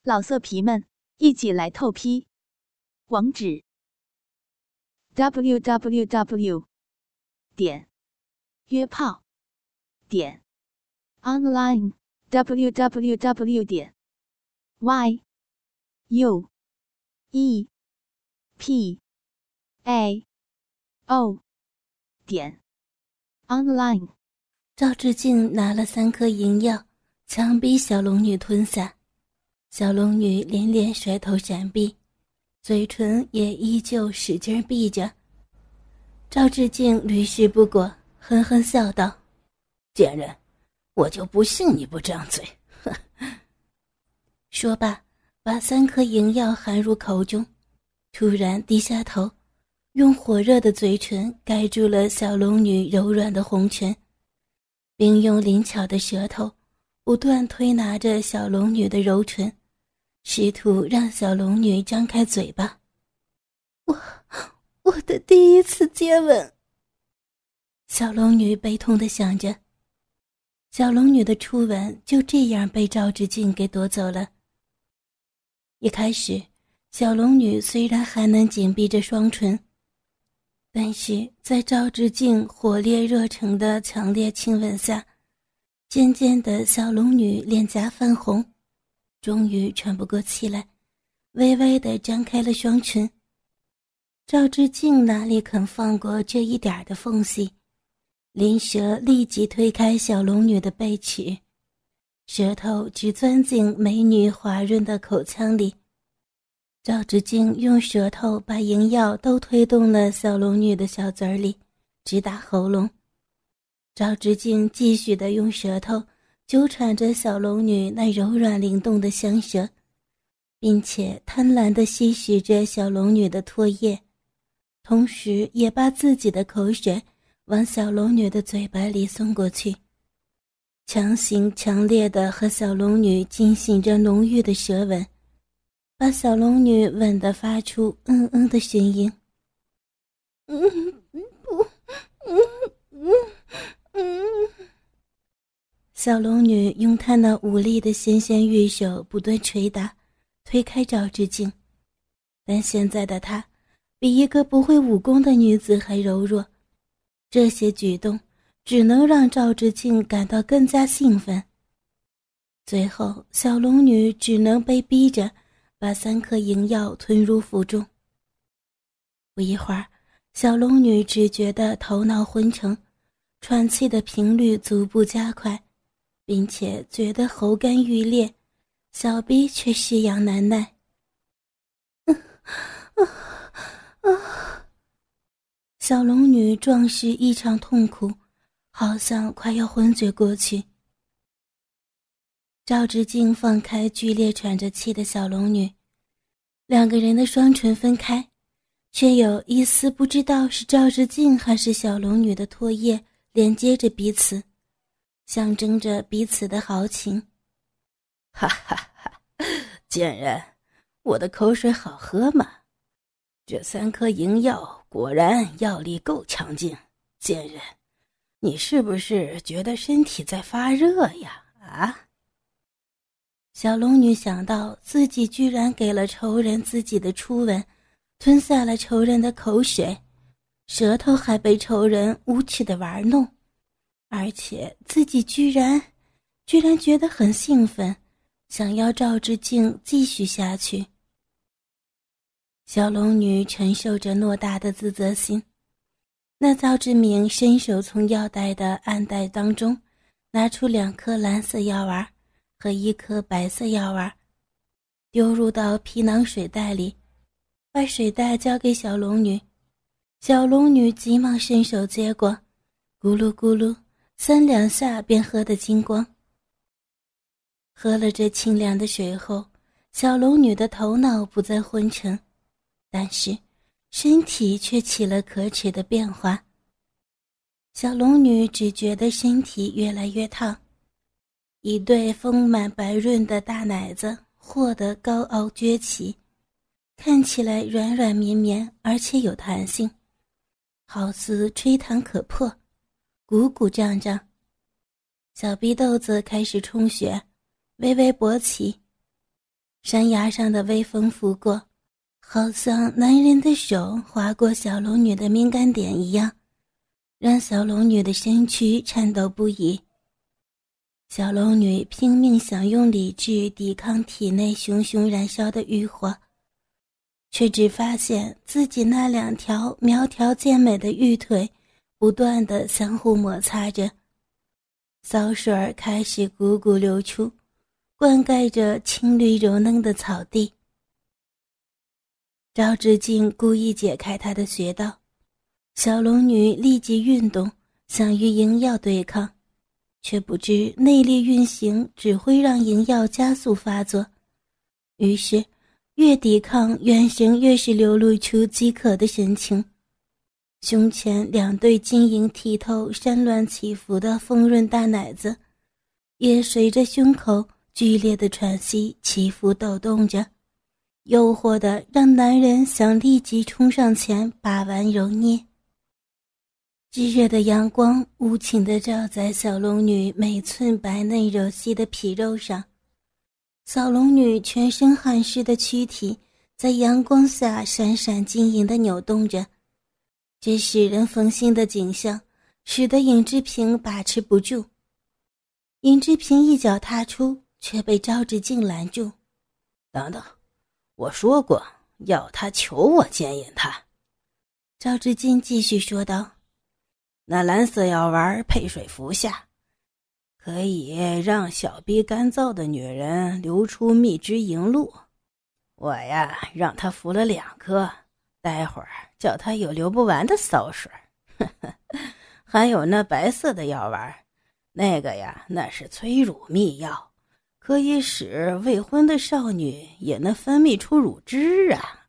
老色皮们，一起来透批！网址 www.约炮online www.yuepao.online。 赵志敬拿了3颗银药，强逼小龙女吞下。小龙女连连甩头闪避，嘴唇也依旧使劲闭着。赵志敬屡试不果，狠狠笑道：“ 贱人，我就不信你不张嘴！”哼。 说罢，把3颗银药含入口中，突然低下头，用火热的嘴唇盖住了小龙女柔软的红唇，并用灵巧的舌头不断推拿着小龙女的柔唇，试图让小龙女张开嘴巴。我的第一次接吻。小龙女悲痛地想着。小龙女的初吻就这样被赵志敬给夺走了。一开始，小龙女虽然还能紧闭着双唇，但是在赵志敬火烈热诚的强烈亲吻下，渐渐的小龙女脸颊泛红，终于喘不过气来，微微地张开了双唇。赵志敬哪里肯放过这一点的缝隙，灵舌立即推开小龙女的背齿，舌头直钻进美女滑润的口腔里。赵志敬用舌头把银药都推动了小龙女的小嘴里，直达喉咙。赵志敬继续地用舌头纠缠着小龙女那柔软灵动的香舌，并且贪婪地吸食着小龙女的唾液，同时也把自己的口水往小龙女的嘴巴里送过去，强行强烈地和小龙女进行着浓郁的舌吻，把小龙女吻得发出的声音。小龙女用她那无力的纤纤玉手不断捶打，推开赵志敬，但现在的她比一个不会武功的女子还柔弱，这些举动只能让赵志敬感到更加兴奋。最后，小龙女只能被逼着把3颗银药吞入腹中。不一会儿，小龙女只觉得头脑昏沉，喘气的频率逐步加快，并且觉得喉干欲裂，小逼却是痒难耐。小龙女壮士异常痛苦，好像快要昏厥过去。赵志敬放开剧烈喘着气的小龙女，2个人的双唇分开，却有一丝不知道是赵志敬还是小龙女的唾液连接着彼此，象征着彼此的豪情。 哈哈哈，贱人，我的口水好喝吗？这3颗银药果然药力够强劲，贱人，你是不是觉得身体在发热呀？啊？ 小龙女想到自己居然给了仇人自己的初吻，吞下了仇人的口水，舌头还被仇人无耻地玩弄，而且自己居然觉得很兴奋，想要赵志敬继续下去。小龙女承受着偌大的自责心，那赵志明伸手从腰带的暗袋当中拿出2颗蓝色药丸和1颗白色药丸，丢入到皮囊水袋里，把水袋交给小龙女。小龙女急忙伸手接过，咕噜咕噜3两下便喝得精光。喝了这清凉的水后，小龙女的头脑不再昏沉，但是身体却起了可耻的变化。小龙女只觉得身体越来越烫，一对丰满白润的大奶子豁得高傲撅起，看起来软软绵绵，而且有弹性，好似吹弹可破，鼓鼓胀胀。小逼豆子开始充血，微微勃起， 山崖上的微风拂过，好像男人的手划过小龙女的敏感点一样，让小龙女的身躯颤抖不已。小龙女拼命想用理智抵抗体内熊熊燃烧的欲火，却只发现自己那2条苗条健美的玉腿不断地相互摩擦着，骚水儿开始汩汩流出，灌溉着青绿柔嫩的草地。赵志敬故意解开她的穴道，小龙女立即运动，想与营药对抗，却不知内力运行只会让营药加速发作，于是越抵抗，眼神越是流露出饥渴的神情。胸前2对晶莹剔透、山峦起伏的丰润大奶子，也随着胸口剧烈的喘息起伏抖动着，诱惑的让男人想立即冲上前把玩揉捏。炙热的阳光无情地照在小龙女每寸白嫩柔细的皮肉上，小龙女全身汗湿的躯体在阳光下闪闪晶莹地扭动着，这使人疯心的景象使得尹志平把持不住。尹志平一脚踏出，却被赵志敬拦住。 等等，我说过要他求我奸淫他。 赵志敬继续说道， 那蓝色药丸配水服下，可以让小臂干燥的女人流出蜜汁盈露。我呀，让他服了2颗，待会儿叫他有流不完的骚水。还有那白色的药丸，那个呀，那是催乳蜜药，可以使未婚的少女也能分泌出乳汁啊！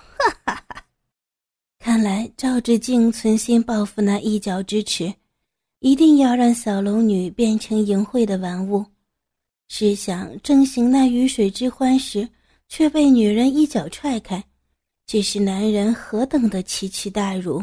看来赵志敬存心报复那一脚之耻，一定要让小龙女变成淫秽的玩物。试想正行那鱼水之欢时，却被女人一脚踹开，这是男人何等的奇耻大辱。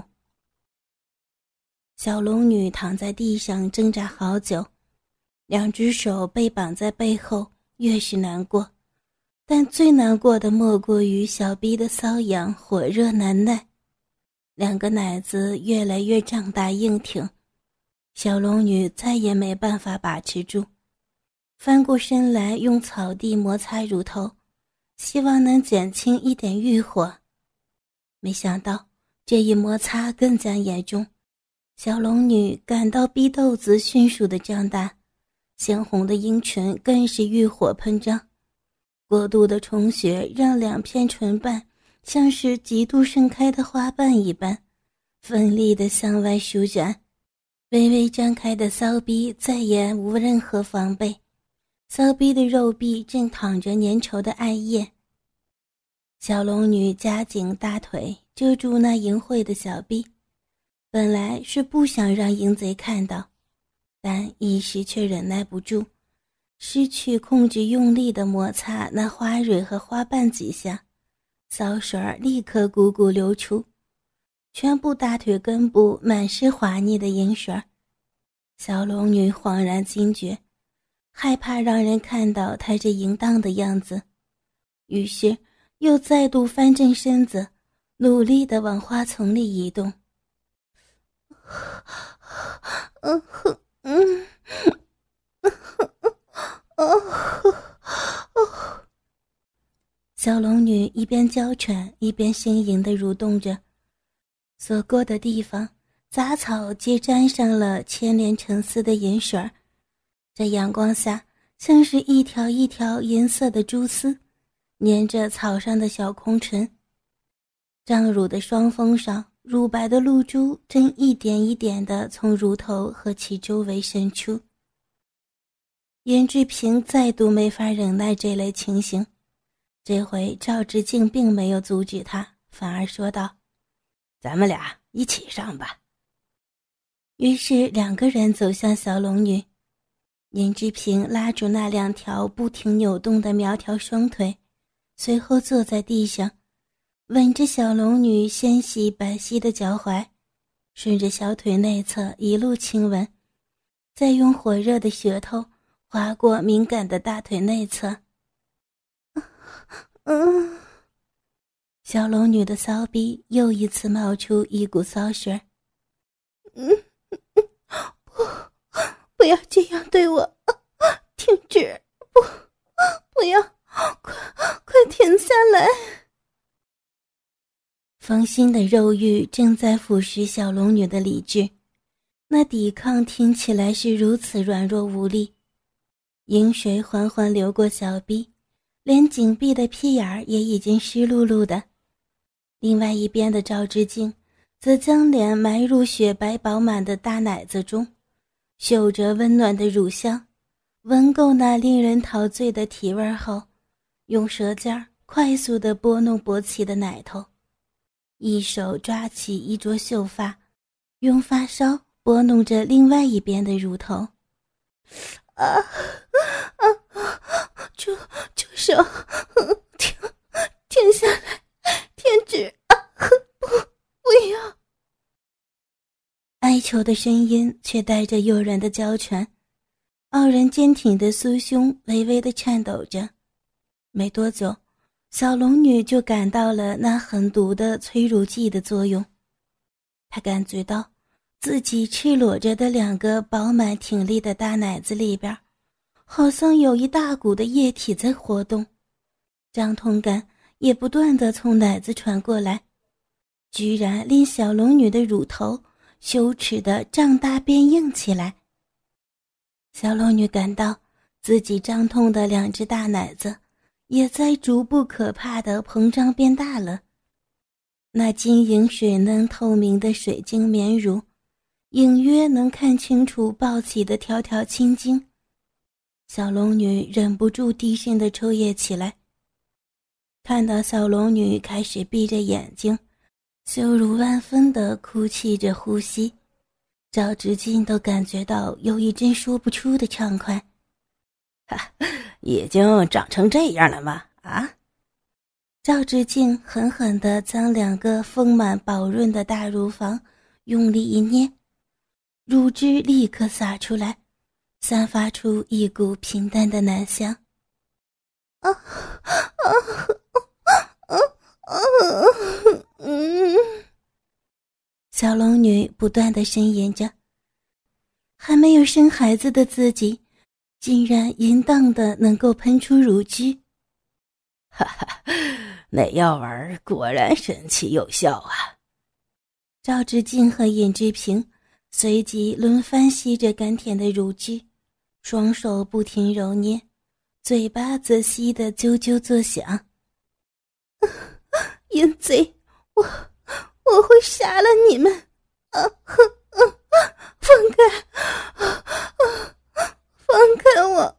小龙女躺在地上挣扎好久，2只手被绑在背后，越是难过，但最难过的莫过于小臂的瘙痒火热难耐，2个奶子越来越胀大硬挺，小龙女再也没办法把持住，翻过身来用草地摩擦乳头，希望能减轻一点欲火。没想到这一摩擦更加严重，小龙女感到逼豆子迅速的胀大，鲜红的阴唇更是欲火喷张，过度的充血让2片唇瓣像是极度盛开的花瓣一般，奋力地向外舒展，微微张开的骚逼再也无任何防备，骚逼的肉壁正淌着粘稠的艾叶。小龙女夹紧大腿遮住那淫秽的小臂，本来是不想让淫贼看到，但一时却忍耐不住，失去控制，用力地摩擦那花蕊和花瓣几下，骚水儿立刻汩汩流出，全部大腿根部满是滑腻的淫水。小龙女恍然惊觉，害怕让人看到她这淫荡的样子，于是又再度翻正身子，努力地往花丛里移动。小龙女一边娇喘一边呻吟地蠕动着，所过的地方杂草皆沾上了牵连成丝的银水，在阳光下像是一条一条银色的蛛丝粘着草上的小空唇，胀乳的双峰上乳白的露珠正一点一点地从乳头和其周围渗出。严志平再度没法忍耐这类情形，这回赵志敬并没有阻止他，反而说道： 咱们俩一起上吧。 于是2个人走向小龙女，严志平拉住那2条不停扭动的苗条双腿，随后坐在地上，吻着小龙女纤细白皙的脚踝，顺着小腿内侧一路亲吻，再用火热的舌头划过敏感的大腿内侧。 小龙女的骚逼又一次冒出一股骚水。 不要这样对我，停止，不要，快停下来。 芳心的肉欲正在腐蚀小龙女的理智，那抵抗听起来是如此软弱无力。饮水缓缓流过小臂，连紧闭的屁眼儿也已经湿漉漉的。另外一边的赵之敬则将脸埋入雪白饱满的大奶子中，嗅着温暖的乳香，闻够那令人陶醉的体味后，用舌尖快速地拨弄勃起的奶头，一手抓起一撮秀发，用发梢拨弄着另外一边的乳头。 住手，停下来，停止，不要。 哀求的声音却带着诱人的娇喘，傲人坚挺的酥胸微微地颤抖着。没多久，小龙女就感到了那狠毒的催乳剂的作用。她感觉到自己赤裸着的两个饱满挺立的大奶子里边，好像有一大股的液体在活动，胀痛感也不断地从奶子传过来，居然令小龙女的乳头羞耻地胀大变硬起来。小龙女感到自己胀痛的两只大奶子也在逐步可怕地膨胀变大了。那晶莹水嫩透明的水晶绵乳，隐约能看清楚抱起的条条青筋。小龙女忍不住低声地抽噎起来。看到小龙女开始闭着眼睛，羞辱万分地哭泣着呼吸，赵之敬都感觉到有一阵说不出的畅快。 已经长成这样了吗？ 赵之敬狠狠地将两个丰满饱润的大乳房用力一捏，乳汁立刻洒出来，散发出一股平淡的奶香。小龙女不断地呻吟着，还没有生孩子的自己竟然淫荡的能够喷出乳汁。 那药丸果然神奇有效啊。 赵之敬和尹志平随即轮番吸着甘甜的乳汁，双手不停揉捏，嘴巴则吸得啾啾作响。 淫贼，我会杀了你们！放开！放开我！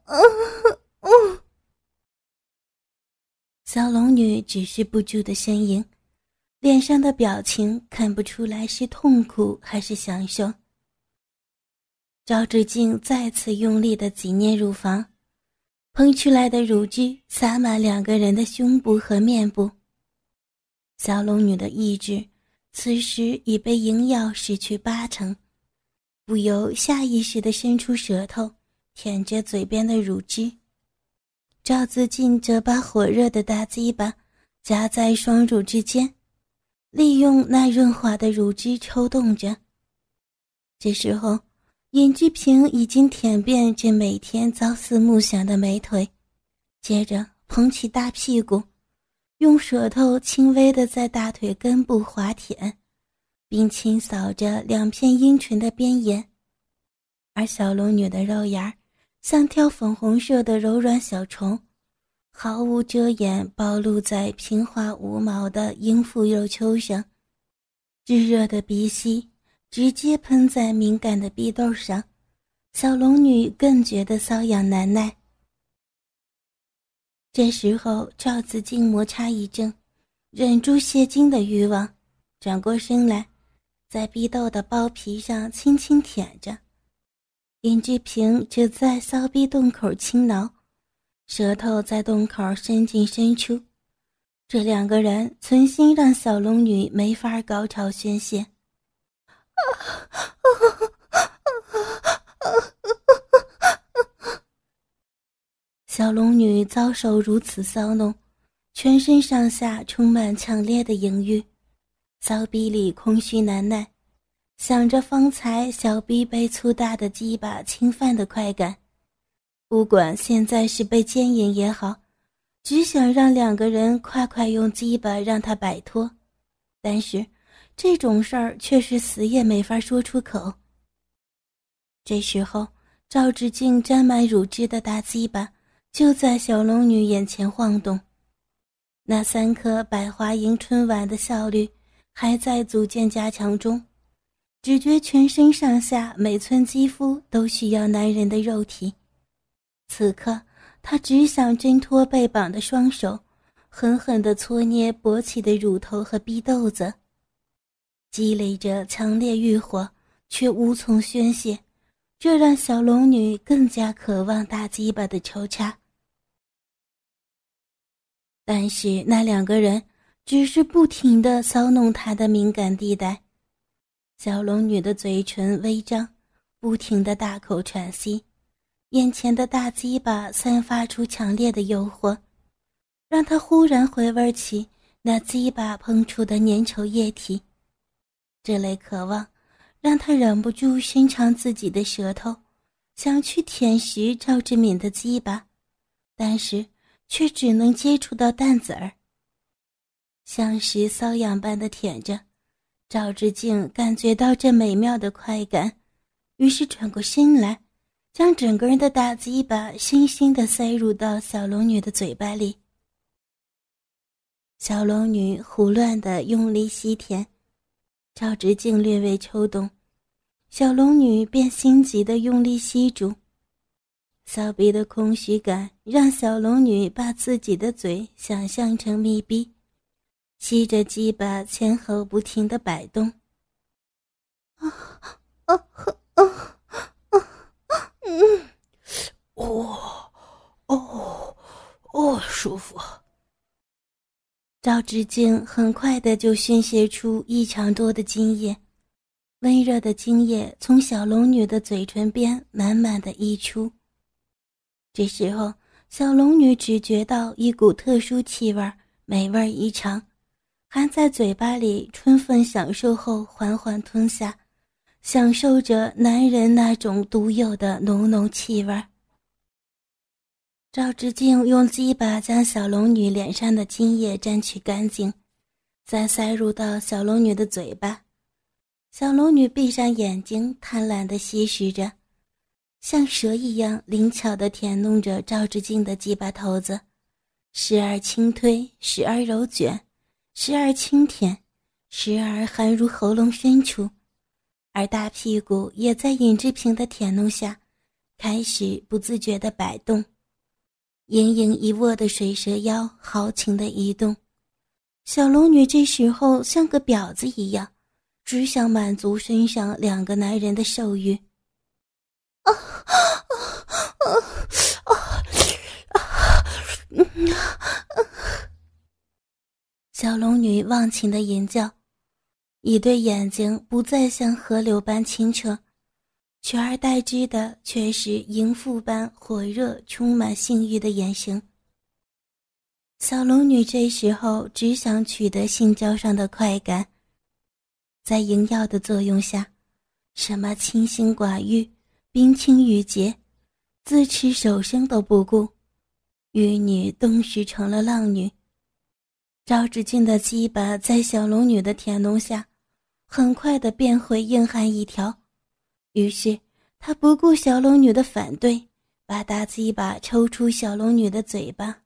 小龙女只是不住的呻吟，脸上的表情看不出来是痛苦还是享受。赵志敬再次用力地挤捏乳房，喷出来的乳汁洒满两个人的胸部和面部。小龙女的意志此时已被淫药失去80%，不由下意识地伸出舌头舔着嘴边的乳汁。赵子敬则把火热的大鸡巴夹在双乳之间，利用那润滑的乳汁抽动着。这时候尹志平已经舔遍这每天朝思暮想的美腿，接着捧起大屁股，用舌头轻微地在大腿根部滑舔，并清扫着两片阴唇的边沿。而小龙女的肉眼像条粉红色的柔软小虫，毫无遮掩暴露在平滑无毛的阴腹肉丘上，炙热的鼻息直接喷在敏感的逼窦上，小龙女更觉得瘙痒难耐。这时候赵子敬摩擦一怔，忍住泄精的欲望，转过身来，在逼窦的包皮上轻轻舔着。尹志平则在骚逼洞口轻挠，舌头在洞口伸进伸出，这两个人存心让小龙女没法高潮宣泄。小龙女遭受如此骚弄， 全身上下充满强烈的淫欲，骚逼里空虚难耐，想着方才小逼被粗大的鸡巴侵犯的快感，不管现在是被奸淫也好，只想让两个人快快用鸡巴让他摆脱，但是这种事儿却是死也没法说出口。这时候赵志敬沾满乳汁的大鸡巴就在小龙女眼前晃动，那3颗百花迎春丸的效率还在逐渐加强中，只觉全身上下每寸肌肤都需要男人的肉体。此刻他只想挣脱被绑的双手，狠狠地搓捏勃起的乳头和逼豆子，积累着强烈欲火，却无从宣泄，这让小龙女更加渴望大鸡巴的抽插。但是那2个人只是不停地骚弄她的敏感地带，小龙女的嘴唇微张，不停地大口喘息，眼前的大鸡巴散发出强烈的诱惑，让她忽然回味起那鸡巴喷出的粘稠液体。这类渴望让她忍不住伸长自己的舌头，想去舔食赵志敏的鸡巴，但是却只能接触到蛋子儿。像是瘙痒般的舔着，赵志敬感觉到这美妙的快感，于是转过身来，将整个人的大鸡巴深深地塞入到小龙女的嘴巴里。小龙女胡乱地用力吸舔，赵志敬略微抽动，小龙女便心急地用力吸住。骚逼的空虚感让小龙女把自己的嘴想象成密闭，吸着鸡巴前后不停地摆动。 舒服。 赵志敬很快的就宣泄出异常多的精液，温热的精液从小龙女的嘴唇边满满的溢出。这时候小龙女只觉到一股特殊气味，美味异常，含在嘴巴里充分享受后缓缓吞下，享受着男人那种独有的浓浓气味。赵志敬用鸡巴将小龙女脸上的精液沾取干净，再塞入到小龙女的嘴巴。小龙女闭上眼睛，贪婪地吸食着，像蛇一样灵巧地舔弄着赵志敬的鸡巴头子，时而轻推，时而揉卷，时而轻舔，时而含入喉咙深处，而大屁股也在尹志平的舔弄下开始不自觉地摆动，盈盈一握的水蛇腰豪情地移动。小龙女这时候像个婊子一样，只想满足身上2个男人的兽欲。小龙女忘情的吟叫，一对眼睛不再像河流般清澈，取而代之的却是淫妇般火热充满性欲的眼神。小龙女这时候只想取得性交上的快感，在淫药的作用下，什么清心寡欲、冰清玉洁，自持手生都不顾，玉女顿时成了浪女。赵志敬的鸡巴在小龙女的舔弄下很快地变回硬汉一条，于是他不顾小龙女的反对，把大鸡巴抽出小龙女的嘴巴。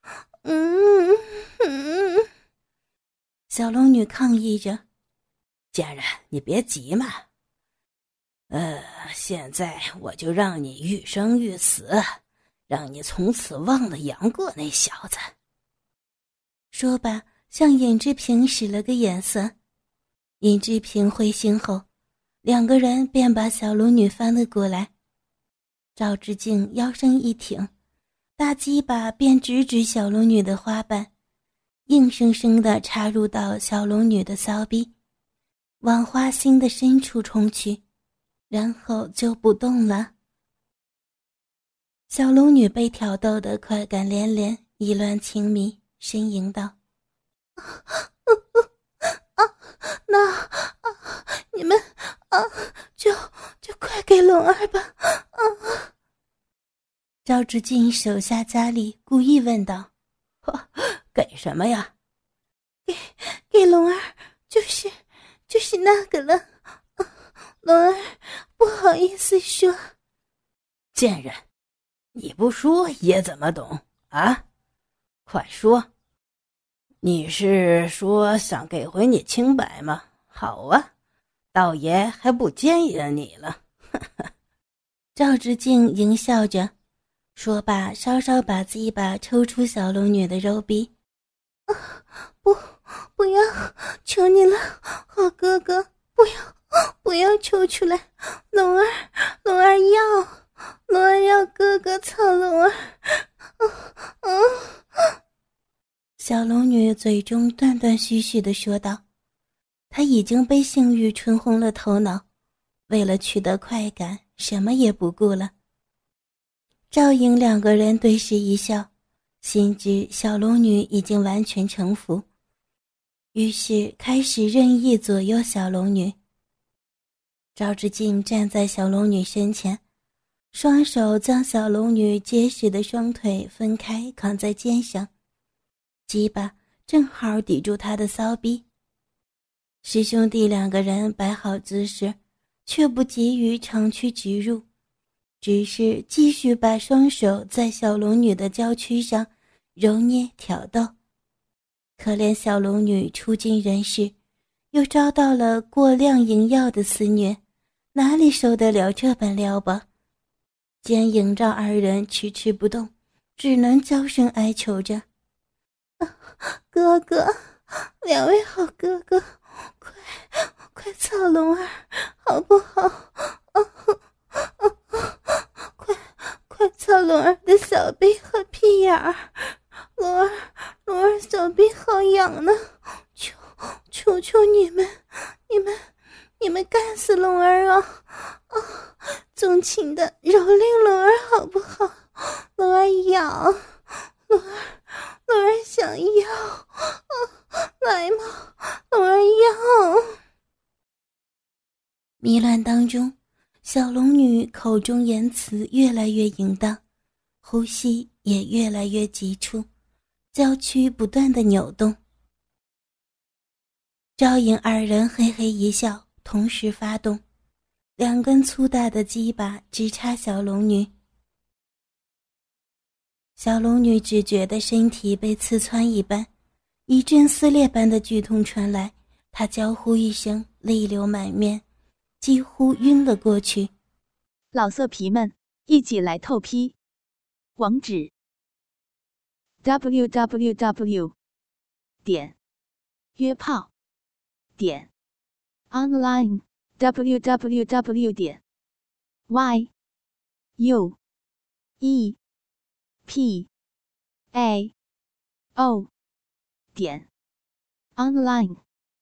小龙女抗议着： 贱人，你别急嘛。现在我就让你欲生欲死，让你从此忘了杨过那小子。 说罢向尹志平使了个眼色，尹志平会心后，2个人便把小龙女翻了过来。赵志敬腰身一挺，大鸡巴便直指小龙女的花瓣，硬生生地插入到小龙女的骚逼，往花心的深处冲去，然后就不动了。小龙女被挑逗得快感连连，意乱情迷， 呻吟道：“你们就快给龙儿吧！”赵志敬手下加力，故意问道：“ 给什么呀？”“ 给龙儿，就是那个了。龙儿不好意思说。”“ 贱人，你不说爷怎么懂啊？快说！你是说想给回你清白吗？好啊，道爷还不奸淫你了。” 赵志敬淫笑着，说罢稍稍把鸡巴抽出小龙女的肉壁。“不要，求你了，好哥哥，不要抽出来，龙儿要哥哥操龙儿。”小龙女嘴中断断续续地说道，她已经被性欲冲昏了头脑，为了取得快感，什么也不顾了。赵颖两个人对视一笑，心知小龙女已经完全臣服，于是开始任意左右小龙女。赵志敬站在小龙女身前，双手将小龙女结实的双腿分开扛在肩上，鸡巴正好抵住她的骚逼。师兄弟两个人摆好姿势，却不急于长驱直入，只是继续把双手在小龙女的娇躯上揉捏挑逗。可怜小龙女初经人事，又遭到了过量淫药的肆虐，哪里受得了这般撩拨？奸淫让二人迟迟不动，只能娇声哀求着：“哥哥，两位好哥哥，快操龙儿好不好？快操龙儿的小臂和屁眼儿，龙儿小臂好痒呢，求你们干死龙儿啊！纵情的蹂躏龙儿好不好？龙儿痒，龙儿想要，来嘛，龙儿要。”迷乱当中，小龙女口中言辞越来越淫荡，呼吸也越来越急促，娇躯不断地扭动。赵颖二人嘿嘿一笑，同时发动，两根粗大的鸡巴直插小龙女。小龙女只觉得身体被刺穿一般，一阵撕裂般的剧痛传来，她娇呼一声，泪流满面，几乎晕了过去。 老色皮们，一起来透批！网址 www.约炮online www.yuepao.online